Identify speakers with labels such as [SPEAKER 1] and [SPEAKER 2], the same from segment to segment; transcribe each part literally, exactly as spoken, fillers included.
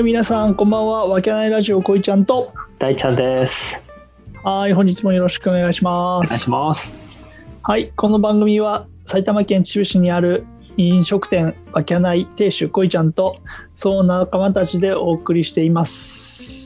[SPEAKER 1] はい皆さんこんばんは。わけないラジオこいちゃんと
[SPEAKER 2] 大ちゃんです。
[SPEAKER 1] はい本日もよろしくお願いします。
[SPEAKER 2] お願いします。
[SPEAKER 1] はいこの番組は埼玉県秩父市にある飲食店わけない亭主こいちゃんとその仲間たちでお送りしています。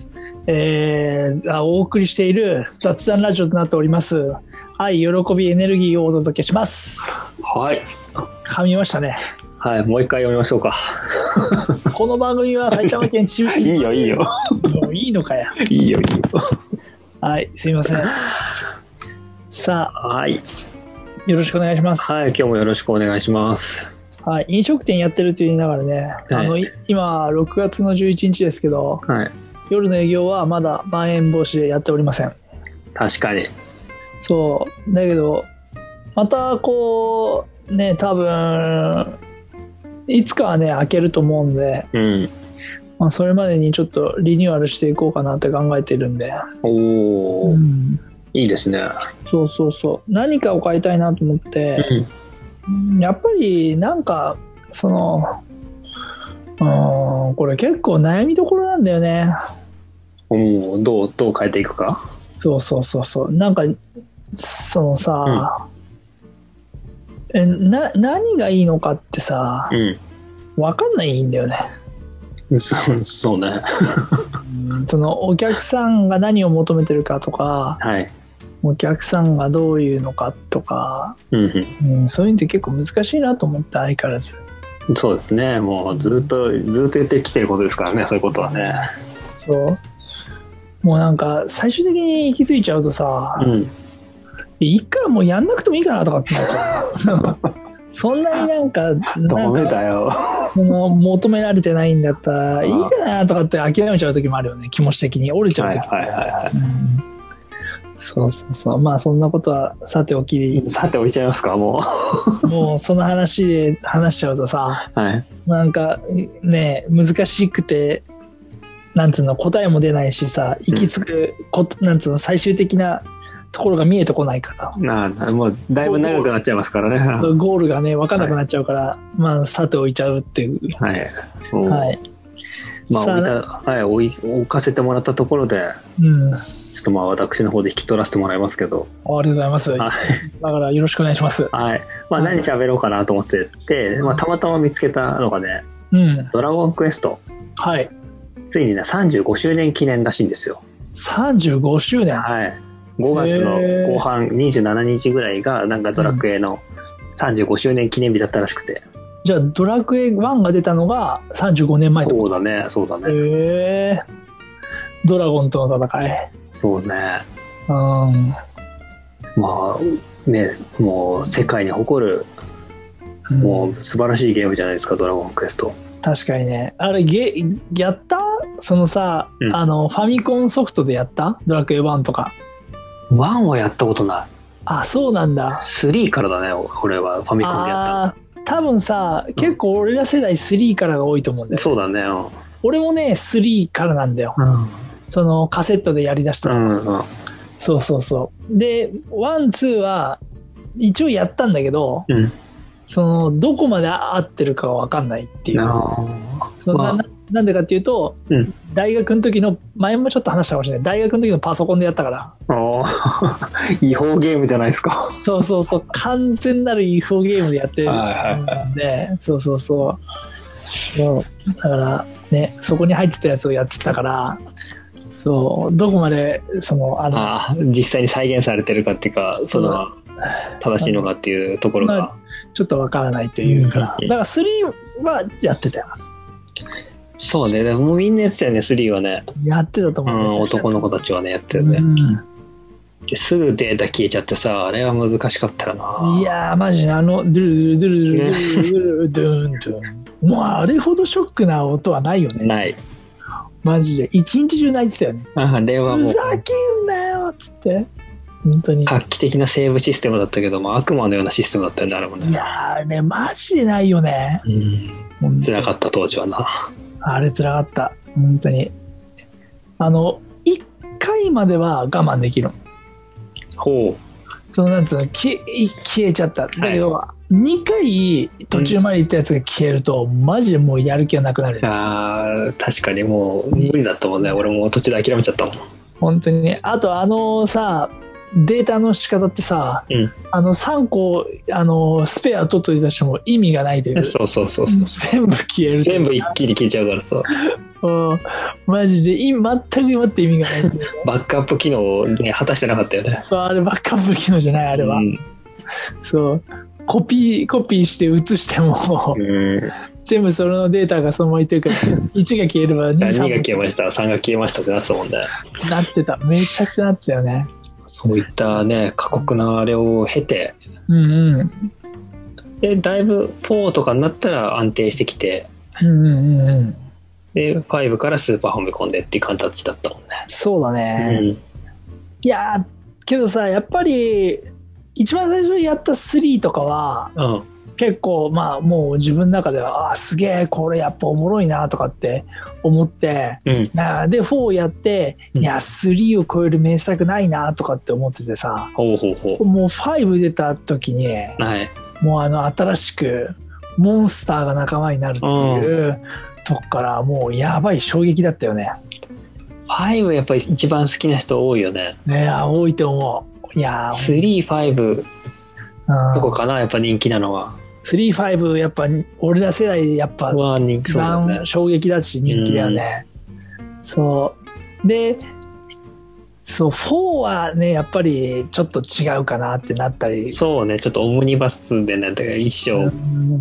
[SPEAKER 1] えー、あお送りしている雑談ラジオとなっております。愛喜びエネルギーをお届けします。
[SPEAKER 2] はい
[SPEAKER 1] 噛みましたね。
[SPEAKER 2] はい、もう一回読みましょうか。
[SPEAKER 1] この番組は埼玉県秩父市
[SPEAKER 2] いいよいいよ
[SPEAKER 1] もういいのかや。
[SPEAKER 2] いいよいいよ。
[SPEAKER 1] はいすいません。さあ
[SPEAKER 2] はい
[SPEAKER 1] よろしくお願いします。
[SPEAKER 2] はい、今日もよろしくお願いします。
[SPEAKER 1] はい、飲食店やってると言いながらね、はい、あの今ろくがつのじゅういちにちですけど、はい、夜の営業はまだまん延防止でやっておりません。
[SPEAKER 2] 確かに。
[SPEAKER 1] そうだけどまたこうね多分いつかはね開けると思うんで、うんまあ、それまでにちょっとリニューアルしていこうかなって考えてるんで。
[SPEAKER 2] おー、うん、いいですね。
[SPEAKER 1] そうそうそう何かを買いたいなと思って、うん、やっぱりなんかそのうんこれ結構悩みどころなんだよね。
[SPEAKER 2] おどうどう変えていくか。
[SPEAKER 1] そうそうそうそうなんかそのさ、うん、えな何がいいのかってさ、うん、分かんないんだよね。
[SPEAKER 2] そ, そうね
[SPEAKER 1] そのお客さんが何を求めてるかとか、はい、お客さんがどういうのかとか、うんうん、そういうのって結構難しいなと思って相変わらず。
[SPEAKER 2] そうですねもうずっとずっと言ってきてることですからねそういうことはね。
[SPEAKER 1] そうもうなんか最終的に行き着いちゃうとさ、うん、いっかもうやんなくてもいいかなとかってなっちゃうそんなになんか
[SPEAKER 2] ダメだよ
[SPEAKER 1] 求められてないんだったらいいかなとかって諦めちゃう時もあるよね。気持ち的に折れちゃう時も、はいはいはいはいうん、そうそうそうまあそんなことはさておき
[SPEAKER 2] さておいちゃいますか。も
[SPEAKER 1] うもうその話で話しちゃうとさ、はい、なんかね難しくてなんつうの答えも出ないしさ行き着くこ、うん、なんつうの最終的なところが見えてこないから
[SPEAKER 2] なあもうだいぶ長くなっちゃいますからね。
[SPEAKER 1] ゴールがね分かんなくなっちゃうから、はい、まあさて置いちゃうっていうはい、
[SPEAKER 2] はいまあ置いたはい、置い置かせてもらったところで、うん、ちょっとまあ私の方で引き取らせてもらいますけど。
[SPEAKER 1] ありがとうございます、はい、だからよろしくお願いします。
[SPEAKER 2] はいまあ、何喋ろうかなと思ってて、まあ、たまたま見つけたのがね、うん、ドラゴンクエスト、はい、ついにねさんじゅうごしゅうねん記念らしいんですよ。
[SPEAKER 1] さんじゅうごしゅうねん
[SPEAKER 2] はいごがつの後半にじゅうしちにちぐらいがなんかドラクエのさんじゅうごしゅうねん記念日だったらしくて、
[SPEAKER 1] じゃあドラクエワンが出たのがさんじゅうごねんまえってこと。
[SPEAKER 2] そうだねそうだね。
[SPEAKER 1] へえドラゴンとの戦い。
[SPEAKER 2] そうねうんまあねもう世界に誇る、うん、もう素晴らしいゲームじゃないですかドラゴンクエスト。
[SPEAKER 1] 確かにねあれゲやったそのさ、うん、あのファミコンソフトでやったドラクエワンとか。
[SPEAKER 2] ワンはやったことない。
[SPEAKER 1] あそうなんだ。
[SPEAKER 2] スリーからだね俺はファミコンでやったの。
[SPEAKER 1] 多分さ結構俺ら世代スリーからが多いと思うんだよ、ね、
[SPEAKER 2] そうだね、うん、
[SPEAKER 1] 俺もねスリーからなんだよ、うん、そのカセットでやりだしたの、うんうん、そうそうそうでワンツーは一応やったんだけど、うん、そのどこまで合ってるかは分かんないっていう。そんな、まあ、なんでかっていうと、うん、大学の時の前もちょっと話したかもしれない大学の時のパソコンでやったから。
[SPEAKER 2] 違法ゲームじゃないですか。
[SPEAKER 1] そうそうそう完全なる違法ゲームでやってるんでそうそうそうそうだからねそこに入ってたやつをやってたからそうどこまでそのあの
[SPEAKER 2] あ実際に再現されてるかっていうかその正しいのかっていうところが、まあ、
[SPEAKER 1] ちょっとわからないというか、うん、だからスリーはやってたよ。
[SPEAKER 2] そうねもうみんなやってたよねスリーはね。
[SPEAKER 1] やってたと思う、ね
[SPEAKER 2] うん、男の子たちはねやってるね、うん、ですぐデータ消えちゃってさあれは難しかったよな。
[SPEAKER 1] いやーマジあのドゥルドゥルドゥルドゥルドゥルドゥルドゥルもうあれほどショックな音はないよね。
[SPEAKER 2] ない
[SPEAKER 1] マジで一日中泣いてたよね。
[SPEAKER 2] あれはもう
[SPEAKER 1] ふざけんなよっつって本当に
[SPEAKER 2] 画期的なセーブシステムだったけども悪魔のようなシステムだったよねあれもね。
[SPEAKER 1] いやーねマジでないよね、
[SPEAKER 2] うん、辛かった当時はな。
[SPEAKER 1] あれ辛かった本当に。あのいっかいまでは我慢できる。
[SPEAKER 2] ほう
[SPEAKER 1] そのなんつうの消え、消えちゃっただけど、はい、 にかい途中まで行ったやつが消えると、うん、マジでもうやる気がなくなる。
[SPEAKER 2] ああ、確かにもう無理だったもんね。俺も途中で諦めちゃったもん。
[SPEAKER 1] 本当にね。あとあのさ、データの仕方ってさ、うん、あのさんこあのスペア取っといたとしても意味がないという。
[SPEAKER 2] そうそうそう。
[SPEAKER 1] 全部消える。
[SPEAKER 2] 全部一気に消えちゃうからさ。
[SPEAKER 1] うん、マジで全く今って意味がない。
[SPEAKER 2] バックアップ機能ね、果たしてなかったよね。
[SPEAKER 1] そう、あれバックアップ機能じゃない、あれは。うん、そうコピーコピーして写しても、うん、全部そのデータがそのままいってるからいちが消えれば に,
[SPEAKER 2] にが消えました、さんが消えましたってなってたもんね。
[SPEAKER 1] なってた、めちゃくちゃなってたよね。
[SPEAKER 2] そういったね、過酷なあれを経て、
[SPEAKER 1] うんうん、
[SPEAKER 2] でだいぶよんとかになったら安定してきて、
[SPEAKER 1] うんうんうん、
[SPEAKER 2] でごからスーパー褒め込んでっていう形だったもんね。
[SPEAKER 1] そうだね、うん、いやけどさ、やっぱり一番最初にやったスリーとかは、うん、結構まあもう自分の中ではあすげえこれやっぱおもろいなとかって思って、うん、なでよんやって、うん、いやスリーを超える名作ないなとかって思っててさ、
[SPEAKER 2] ほうほうほう、
[SPEAKER 1] もうご出た時に、はい、もうあの新しくモンスターが仲間になるっていうとこからもうやばい衝撃だったよね。
[SPEAKER 2] ごやっぱり一番好きな人多いよね。
[SPEAKER 1] ねえ、多いと思う。いや
[SPEAKER 2] ー、スリー、ごどこかな、やっぱ人気なのは。
[SPEAKER 1] スリー、ごやっぱ俺ら世代でやっぱ一番衝撃だし人気だよね。うん、そうで、そうよんはねやっぱりちょっと違うかなってなったり。
[SPEAKER 2] そうね、ちょっとオムニバスでね、だから一生、うん、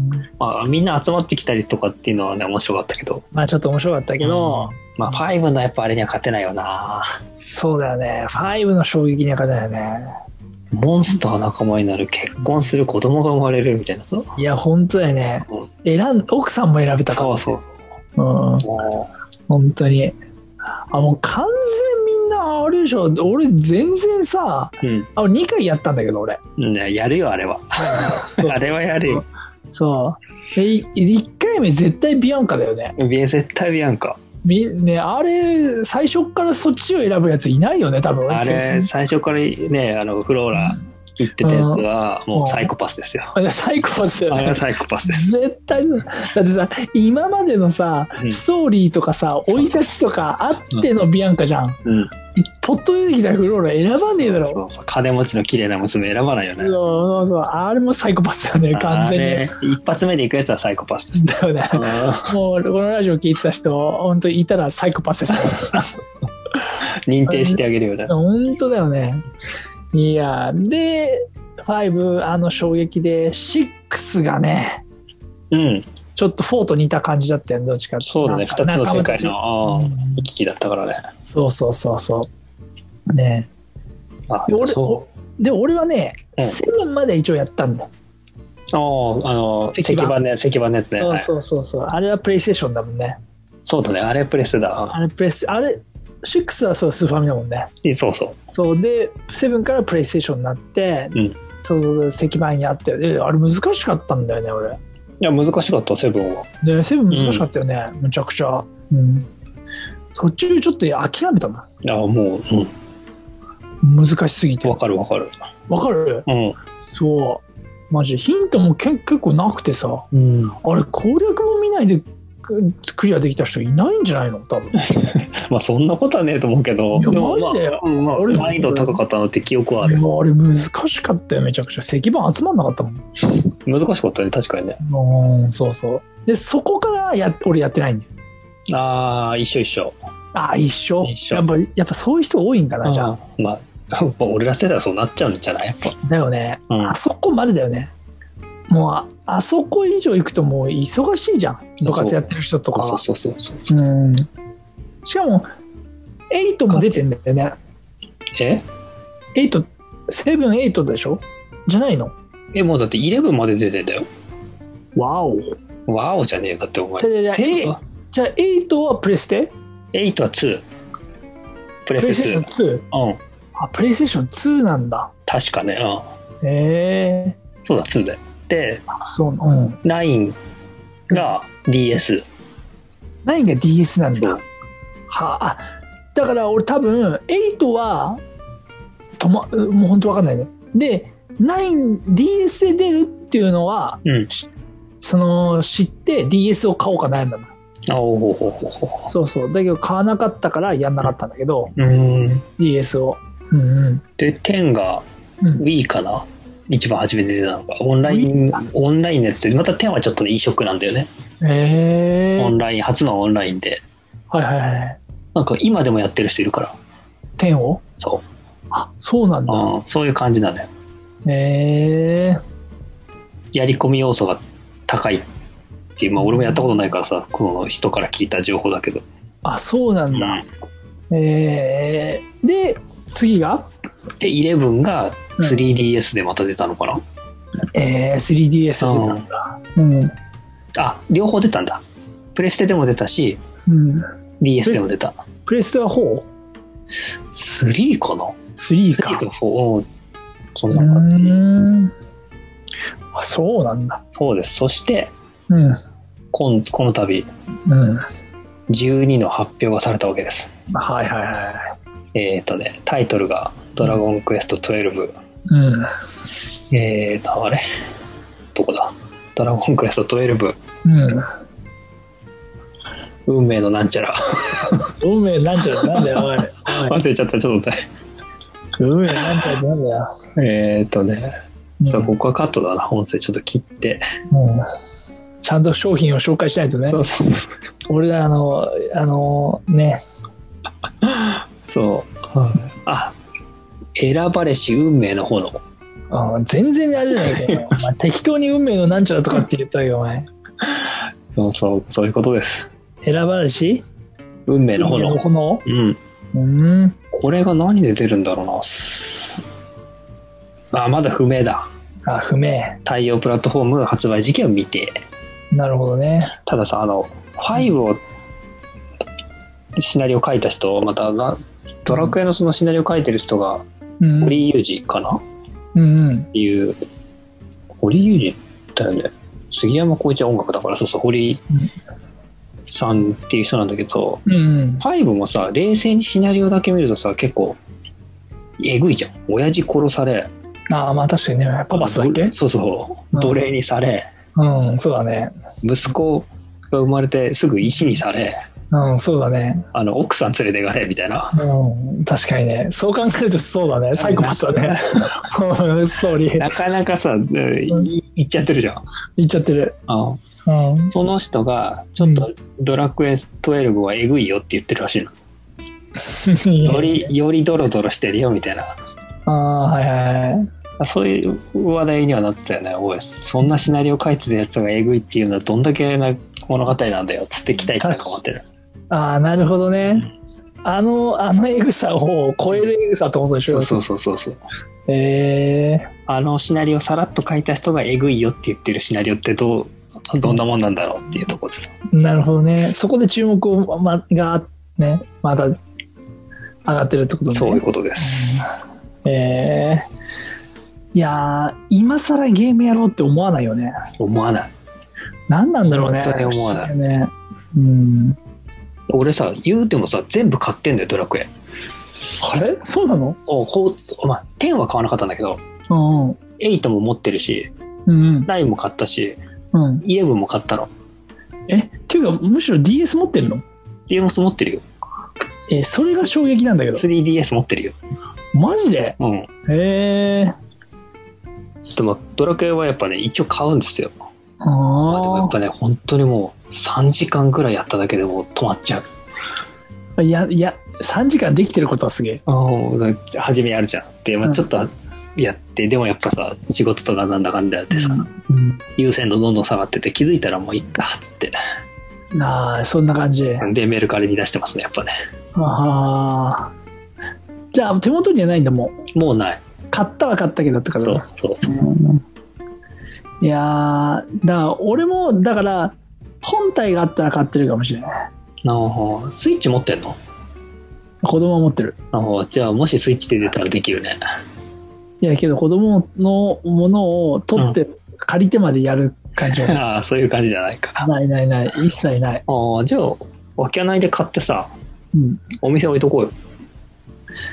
[SPEAKER 2] まあみんな集まってきたりとかっていうのはね面白かったけど、
[SPEAKER 1] まあちょっと面白かったけど、
[SPEAKER 2] うん、まあごのやっぱあれには勝てないよな。
[SPEAKER 1] そうだよね、ごの衝撃には勝てないよね。
[SPEAKER 2] モンスター仲間になる、結婚する、子供が生まれるみたいな。
[SPEAKER 1] いや本当だよね、うん、選ん奥さんも選べたから、ね、
[SPEAKER 2] そう
[SPEAKER 1] そう、うん、本当にあもう完全みんなあれでしょ。俺全然さ、うん、あにかいやったんだけど俺、
[SPEAKER 2] うん、やるよあれはあれはやるよ。
[SPEAKER 1] そういいっかいめ絶対ビアンカだよね。
[SPEAKER 2] 絶対ビアンカ
[SPEAKER 1] みね、あれ最初からそっちを選ぶやついないよね多分。
[SPEAKER 2] あれ最初からね、あのフローラ言ってたやつはもうサイコパスですよ。
[SPEAKER 1] うん、サイコパスだよね。
[SPEAKER 2] あれはサイコパスです
[SPEAKER 1] 絶対。だってさ今までのさ、うん、ストーリーとかさ生い立ちとかあってのビアンカじゃん、うん、ポッと出てきたフローラ選ばねえだろ。
[SPEAKER 2] そうそう、金持ちの綺麗な娘選ばないよね。そう
[SPEAKER 1] そうそう、あれもサイコパスだよね完全
[SPEAKER 2] に。一発目で行くやつはサイコパスです
[SPEAKER 1] だよね。もうこのラジオ聞いてた人本当にいたらサイコパスですね
[SPEAKER 2] 認定してあげるよね。
[SPEAKER 1] 本当だよね。いやでごあの衝撃でろくがね、うん、ちょっとよんと似た感じだったよね、どっちかって。
[SPEAKER 2] そうだね、ふたつの世界の行き来だったからね。
[SPEAKER 1] そうそうそうそうね。あで 俺, で俺はね、うん、ななまで一応やったんだ。
[SPEAKER 2] ああの石板ね、石板のやつね。
[SPEAKER 1] そうそうそうそう、はい、あれはプレイステーションだもんね。
[SPEAKER 2] そうだね、あれプレスだ。
[SPEAKER 1] あれプレスあれろくはそうスーファミだもんね。
[SPEAKER 2] そうそう
[SPEAKER 1] そうでななからプレイステーションになって、うん、そうそうそう石板やってであれ難しかったんだよね俺。
[SPEAKER 2] いや難しかったセブンは。
[SPEAKER 1] ねセブン難しかったよね、うん、むちゃくちゃ、うん、途中ちょっと諦めたもん。
[SPEAKER 2] あもう、
[SPEAKER 1] うん、難しすぎて。
[SPEAKER 2] わかるわかる
[SPEAKER 1] わかる、
[SPEAKER 2] うん、
[SPEAKER 1] そうマジヒントもけ結構なくてさ、うん、あれ攻略も見ないでクリアできた人いないんじゃないの多分
[SPEAKER 2] まあそんなことはねえと思うけど。
[SPEAKER 1] いやマジで、
[SPEAKER 2] まあまあ、難易度高かったのって記憶はある。
[SPEAKER 1] あれ難しかったよめちゃくちゃ。石板集まんなかったもん
[SPEAKER 2] 難しかったね確かにね。
[SPEAKER 1] うんそうそうでそこからや俺やってないんだよ。
[SPEAKER 2] ああ一緒一緒。
[SPEAKER 1] ああ一緒一緒やっぱやっぱそういう人多いんかな。じゃあ
[SPEAKER 2] まあ俺ら世代はそうなっちゃうんじゃないやっぱ。
[SPEAKER 1] だよね、うん、あそこまでだよね。もう あ, あそこ以上行くともう忙しいじゃん部活やってる人とかは。
[SPEAKER 2] そうそうそうそう、
[SPEAKER 1] うん、しかもはちも出てんだよね。
[SPEAKER 2] え
[SPEAKER 1] はち、なな、はちでしょじゃないの。
[SPEAKER 2] えもうだってじゅういちまで出てんだよ。
[SPEAKER 1] わお
[SPEAKER 2] わおじゃねえだってお前。
[SPEAKER 1] じゃあじゃあじゃあはちはプレステ。
[SPEAKER 2] はちはにプレステに。うん
[SPEAKER 1] あプレイステーションツーなんだ
[SPEAKER 2] 確かね。
[SPEAKER 1] うんへえー、
[SPEAKER 2] そうだにだよ。で
[SPEAKER 1] そう、うん、
[SPEAKER 2] きゅうが ディーエス。
[SPEAKER 1] きゅうが ディーエス なんだ。はあ、だから俺多分はちはと、ま、もう本当わかんないね。で きゅうディーエス で出るっっていうのは、
[SPEAKER 2] うん、
[SPEAKER 1] その知って ディーエス を買おうか悩んだの。
[SPEAKER 2] あおほほほほ
[SPEAKER 1] そうそう。だけど買わなかったからやんなかったんだけど、
[SPEAKER 2] うん、
[SPEAKER 1] ディーエス を。うんうん、
[SPEAKER 2] で、テンが Wii かな、うん、一番初めて出たのが、オンライン、オンラインのやつで、またテンはちょっとね、いいショックなんだよね。
[SPEAKER 1] へー。
[SPEAKER 2] オンライン、初のオンラインで。
[SPEAKER 1] はいはいはい。
[SPEAKER 2] なんか今でもやってる人いるから。
[SPEAKER 1] テンを？
[SPEAKER 2] そう。
[SPEAKER 1] あ、そうなんだ。
[SPEAKER 2] うん、そういう感じなのよ。
[SPEAKER 1] へー。
[SPEAKER 2] やり込み要素が高いっていう、まあ俺もやったことないからさ、この人から聞いた情報だけど。
[SPEAKER 1] あ、そうなんだ。うん、えー、で、次が
[SPEAKER 2] で、イレブンが スリーディーエス でまた出たのかな、うん、
[SPEAKER 1] えー、スリーディーエス で出たんだ。うん。
[SPEAKER 2] あ、両方出たんだ。プレステでも出たし、
[SPEAKER 1] うん、
[SPEAKER 2] ディーエス でも出た。
[SPEAKER 1] プレステは フォー？
[SPEAKER 2] スリー かな ?
[SPEAKER 1] スリー か。
[SPEAKER 2] スリーかフォー、そんな感じ。
[SPEAKER 1] あ、そうなんだ。
[SPEAKER 2] そうです。そして、
[SPEAKER 1] うん、
[SPEAKER 2] こんこの度、
[SPEAKER 1] うん、じゅ
[SPEAKER 2] うにの発表がされたわけです。
[SPEAKER 1] はいはいはい。
[SPEAKER 2] えっ、ー、とね、タイトルがドラゴンクエストじゅうに。
[SPEAKER 1] うん。
[SPEAKER 2] えっ、ー、と、あれどこだドラゴンクエストじゅうに。
[SPEAKER 1] うん。
[SPEAKER 2] 運命のなんちゃら。
[SPEAKER 1] 運命なんちゃらってなんだよ、おい。
[SPEAKER 2] 忘れちゃった、ちょっと待って。
[SPEAKER 1] 運命なんちゃらってなんだよ。
[SPEAKER 2] えっとね、さあ、ここはカットだな、音声ちょっと切って。
[SPEAKER 1] うん、ちゃんと商品を紹介しないとね。
[SPEAKER 2] そうそう。
[SPEAKER 1] 俺ら、あの、あの、ね。
[SPEAKER 2] そう。あ、選ばれし運命の炎。
[SPEAKER 1] あ、全然あれじゃないけど、まあ、適当に運命のなんちゃらとかって言ったよ、お前。
[SPEAKER 2] そうそう、そういうことです。
[SPEAKER 1] 選ばれし
[SPEAKER 2] 運命の炎。
[SPEAKER 1] 運命の炎？
[SPEAKER 2] うん。
[SPEAKER 1] うん。
[SPEAKER 2] これが何で出るんだろうな。あ、まだ不明だ。
[SPEAKER 1] あ、不明。
[SPEAKER 2] 対応プラットフォーム発売時期を見て。
[SPEAKER 1] なるほどね。
[SPEAKER 2] たださ、あの、ファイブを、シナリオ書いた人、またが、ドラクエのそのシナリオ書いてる人が、堀井雄二かな、
[SPEAKER 1] うんうん、って
[SPEAKER 2] いう、堀井雄二だよね。杉山浩一は音楽だから、そうそう、堀井さんっていう人なんだけど、
[SPEAKER 1] うんうん、
[SPEAKER 2] ファイブもさ、冷静にシナリオだけ見るとさ、結構、えぐいじゃん。親父殺され、
[SPEAKER 1] ああ、まあ確かにね、パパスだっけ？
[SPEAKER 2] そうそう、奴隷にされ、
[SPEAKER 1] うん、うん、そうだね。
[SPEAKER 2] 息子が生まれてすぐ石にされ、
[SPEAKER 1] うん、そうだね。
[SPEAKER 2] あの奥さん連れていかれみたいな。
[SPEAKER 1] うん、確かにね。そう考えるとそうだね。サイコパスだね。ストーリー。
[SPEAKER 2] なかなかさ、いっちゃってるじゃん。
[SPEAKER 1] いっちゃってる。
[SPEAKER 2] ああ、うん、その人がちょっとドラクエじゅうにはえぐいよって言ってるらしいの。よりよりドロドロしてるよみたいな。
[SPEAKER 1] ああ、はいはいはい。
[SPEAKER 2] そういう話題にはなってたよね。おい、そんなシナリオ書いてるやつがえぐいっていうのはどんだけな物語なんだよっつって期待してたかもってる。
[SPEAKER 1] ああ、なるほどね。うん、あのあのエグさを超えるエグさってことでしょ。
[SPEAKER 2] そうそうそうそう。
[SPEAKER 1] えー、
[SPEAKER 2] あのシナリオさらっと書いた人がえぐいよって言ってるシナリオってどうどんなもんなんだろうっていうところです。
[SPEAKER 1] なるほどね。そこで注目を、ま、がね、また上がってるってことね。
[SPEAKER 2] そういうことです。
[SPEAKER 1] うん、えー、いやー、今更ゲームやろうって思わないよね。
[SPEAKER 2] 思わない。
[SPEAKER 1] 何なんだろうね。
[SPEAKER 2] 本当に思わない。
[SPEAKER 1] ね、うん。俺
[SPEAKER 2] さ、言うてもさ、全部買ってんだよ、ドラクエ。
[SPEAKER 1] あれ？そうなの？
[SPEAKER 2] おほう、まあ、じゅうは買わなかったんだけど、
[SPEAKER 1] うん、
[SPEAKER 2] はちも持ってるし、
[SPEAKER 1] うん、
[SPEAKER 2] ナインも買ったし、
[SPEAKER 1] うん、
[SPEAKER 2] じゅういちも買ったの。
[SPEAKER 1] え、っていうか、むしろ ディーエス 持ってるの？
[SPEAKER 2] ディーエス 持ってるよ。
[SPEAKER 1] え、それが衝撃なんだけど。
[SPEAKER 2] スリーディーエス 持ってるよ。
[SPEAKER 1] マジで？
[SPEAKER 2] うん。
[SPEAKER 1] へえ。
[SPEAKER 2] でも、ドラクエはやっぱね、一応買うんですよ。
[SPEAKER 1] あ、ま
[SPEAKER 2] あ、でもやっぱね、本当にもうさんじかんぐらいやっただけでもう止まっちゃ
[SPEAKER 1] う。いや、いや、さんじかんできてることはすげえ。
[SPEAKER 2] あ、初めやるじゃん。で、まあ、ちょっとやって、うん、でもやっぱさ、仕事とかなんだかんだやってさ、うんうん、優先度どんどん下がってて、気づいたらもういっかっつって。
[SPEAKER 1] ああ、そんな感じ。
[SPEAKER 2] で、メルカリに出してますね、やっぱね。
[SPEAKER 1] ああ。じゃあ、手元にはないんだ、も
[SPEAKER 2] う。もうない。
[SPEAKER 1] 買ったは買ったけどってこと
[SPEAKER 2] だ。そうそうそう。
[SPEAKER 1] うん、いやー、だから俺もだから本体があったら買ってるかもしれない。
[SPEAKER 2] ああ、スイッチ持ってんの？
[SPEAKER 1] 子供は持ってる。
[SPEAKER 2] ああ、じゃあもしスイッチで出たらできるね。
[SPEAKER 1] いやけど子供のものを取って借りてまでやる感じは、
[SPEAKER 2] うん、ああ、そういう感じじゃないか。
[SPEAKER 1] ないないない、一切ない。
[SPEAKER 2] ああ、じゃあわけないで買ってさ、
[SPEAKER 1] うん、
[SPEAKER 2] お店置いとこうよ。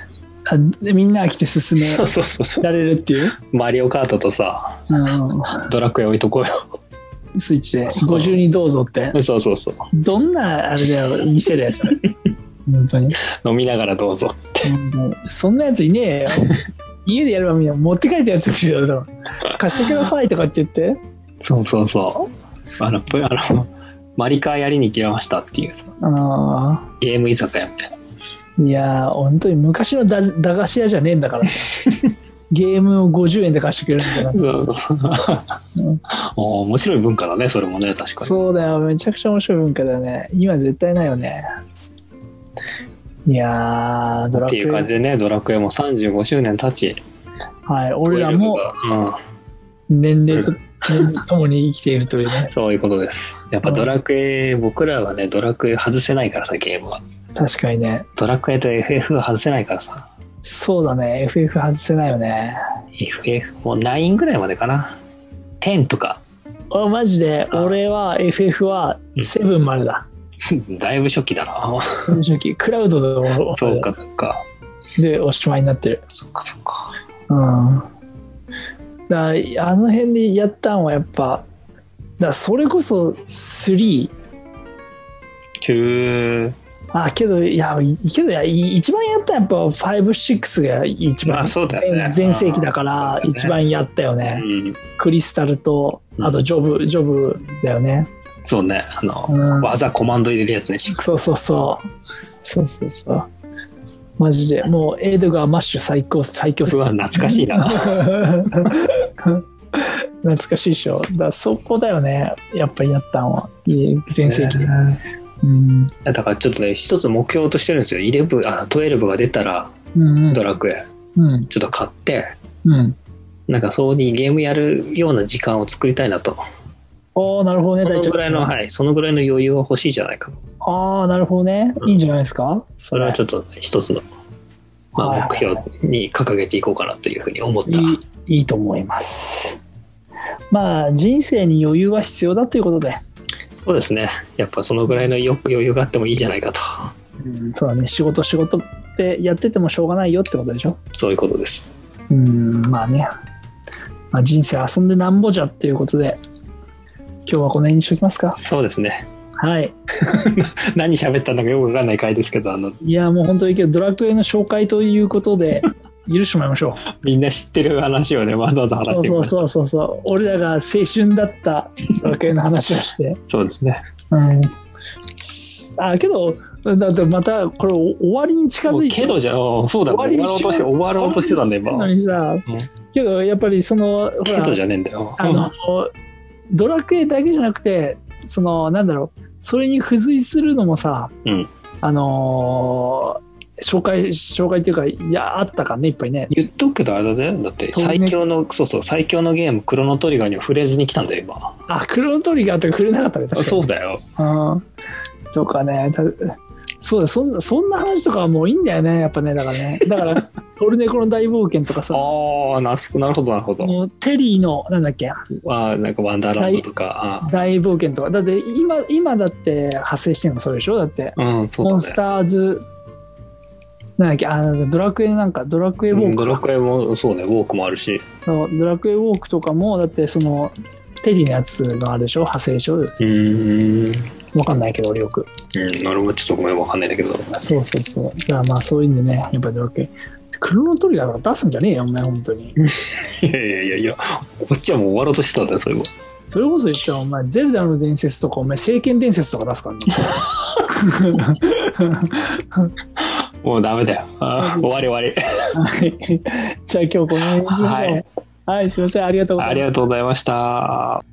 [SPEAKER 1] あでみんなが来て進め
[SPEAKER 2] そうそうそうそう。
[SPEAKER 1] られるっていう。
[SPEAKER 2] マリオカートとさ、
[SPEAKER 1] うん、
[SPEAKER 2] ドラクエ置いとこうよ。
[SPEAKER 1] スイッチでごじゅうにどうぞって。
[SPEAKER 2] そうそうそう。
[SPEAKER 1] どんなあれだよ、店だよ、それ。本当に。
[SPEAKER 2] 飲みながらどうぞって。
[SPEAKER 1] そんなやついねえよ。家でやればみんな持って帰ったやついるよ。貸してくださいとかって言って。
[SPEAKER 2] そうそうそう。あの、あのマリカーやりに来ましたっていうさ。
[SPEAKER 1] あ
[SPEAKER 2] ゲーム居酒屋みたいな。
[SPEAKER 1] いやー、本当に昔の駄菓子屋じゃねえんだからさ。ゲームをごじゅうえんで貸してくれるんだから。うん、
[SPEAKER 2] 面白い文化だね、それもね、確かに。
[SPEAKER 1] そうだよ、めちゃくちゃ面白い文化だよね。今絶対ないよね。いやー、ドラクエ。
[SPEAKER 2] っていう感じでね、ドラクエもさんじゅうごしゅうねん経ち。
[SPEAKER 1] はい、俺らも年齢と、うん、ともに生きているというね。
[SPEAKER 2] そういうことです。やっぱドラクエ、うん、僕らはね、ドラクエ外せないからさ、ゲームは。
[SPEAKER 1] 確かにね。
[SPEAKER 2] ドラクエと エフエフ は外せないからさ。
[SPEAKER 1] そうだね、エフエフ 外せないよね。
[SPEAKER 2] エフエフ もうきゅうぐらいまでかな。じゅうとか。
[SPEAKER 1] あ、マジで、俺は エフエフ はななまでだ。
[SPEAKER 2] だいぶ初期だな。
[SPEAKER 1] だいぶ初期。クラウドでも。
[SPEAKER 2] そうか、そうか。で、
[SPEAKER 1] おしまいになってる。
[SPEAKER 2] そっか、そっか。
[SPEAKER 1] うん。だあの辺でやったんはやっぱ、だそれこそスリー。
[SPEAKER 2] へー。
[SPEAKER 1] あ、けど、いや、けどや、一番やったやっぱご、ろくが一番、
[SPEAKER 2] そうだよね、
[SPEAKER 1] 全盛期だから一番やったよね。うん、クリスタルと、あとジョブ、うん、ジョブだよね。
[SPEAKER 2] そうね、あの、うん、技コマンド入れるやつね。
[SPEAKER 1] そうそうそう。そうそうそう。マジで、もうエドガーマッシュ最高、最強
[SPEAKER 2] 説。うわ、懐かしいな。
[SPEAKER 1] 懐かしいでしょ。だそこだよね、やっぱりやったんは。全盛期で。うん、
[SPEAKER 2] だからちょっとね一つ目標としてるんですよ。じゅうあじゅうが出たら、うんうん、ドラクエ、うん、ちょっと買って、うん、なんかそうにゲームやるような時間を作りたいなと。
[SPEAKER 1] ああなるほどね。
[SPEAKER 2] そのぐらいの、はい、そのぐらいの余裕は欲しいじゃないか。
[SPEAKER 1] ああなるほどね、いいんじゃないですか。うん、
[SPEAKER 2] それはちょっと一つの、まあ、目標に掲げていこうかなというふうに思った。い
[SPEAKER 1] い、いいと思います。まあ人生に余裕は必要だということで。
[SPEAKER 2] そうですね。やっぱそのぐらいの余裕があってもいいじゃないかと。
[SPEAKER 1] うん、そうだね。仕事仕事ってやっててもしょうがないよってことでしょ。
[SPEAKER 2] そういうことです。
[SPEAKER 1] うん、まあね。まあ、人生遊んでなんぼじゃっていうことで、今日はこの辺にしときますか。
[SPEAKER 2] そうですね。
[SPEAKER 1] はい。
[SPEAKER 2] 何喋ったのかよくわかんない回ですけど、あの。
[SPEAKER 1] いやもう本当にけどドラクエの紹介ということで。許してもらいましょ
[SPEAKER 2] う。みんな知ってる話をね、わざわざ話してく
[SPEAKER 1] る。そうそうそうそう。俺らが青春だったドラクエの話をして。
[SPEAKER 2] そうですね。
[SPEAKER 1] うん。あ、けど、だってまたこれ終わりに近づいて。
[SPEAKER 2] けどじゃ、そうだ、終わろうとして、終わろうとしてたんだ今。
[SPEAKER 1] のにさ、うん、けどやっぱりその、
[SPEAKER 2] けどじゃねえんだよ。
[SPEAKER 1] あの、ドラクエだけじゃなくて、その、なんだろう、それに付随するのもさ、うん、あのー、紹介紹介っていうかいやあったからねいっぱいね。
[SPEAKER 2] 言っとくけどあれだね。だって最強の、ね、そうそう最強のゲームクロノトリガーには触れずに来たんだよ今。
[SPEAKER 1] あクロノトリガーって触れなかったね確かに。
[SPEAKER 2] そうだよ。
[SPEAKER 1] あとかねそうだそんなそんな話とかはもういいんだよねやっぱねだからねだからトルネコの大冒険とかさ
[SPEAKER 2] ああなるほどなるほど。
[SPEAKER 1] もうテリーのなんだっけ
[SPEAKER 2] あなんかワンダーランドとか
[SPEAKER 1] 大冒険とかだって今今だって派生してるのそれでしょだって、
[SPEAKER 2] うんそうだね、
[SPEAKER 1] モンスターズなんだっけあドラクエなんかドラクエウォーク、うん、
[SPEAKER 2] ドラクエもそうねウォークもあるし
[SPEAKER 1] そうドラクエウォークとかもだってそのテリーのやつがあるでしょ派生でしょ。うーん分かんないけど俺よく
[SPEAKER 2] うんなるほどちょっとごめん分かんないんだけど
[SPEAKER 1] そうそうそうだからまあそういうんでねやっぱりドラクエクロノトリガーとか出すんじゃねえよお前本当に。
[SPEAKER 2] いやいやいやいやこっちはもう終わろうとしてたんだよそれは。
[SPEAKER 1] それこそ言ったらお前ゼルダの伝説とかお前聖剣伝説とか出すからね。
[SPEAKER 2] もうダメだよ。終わり終わり。
[SPEAKER 1] はい。じゃあ今日この辺にしましょう。はい、はい、すいません。ありがとうございました。
[SPEAKER 2] ありがとうございました。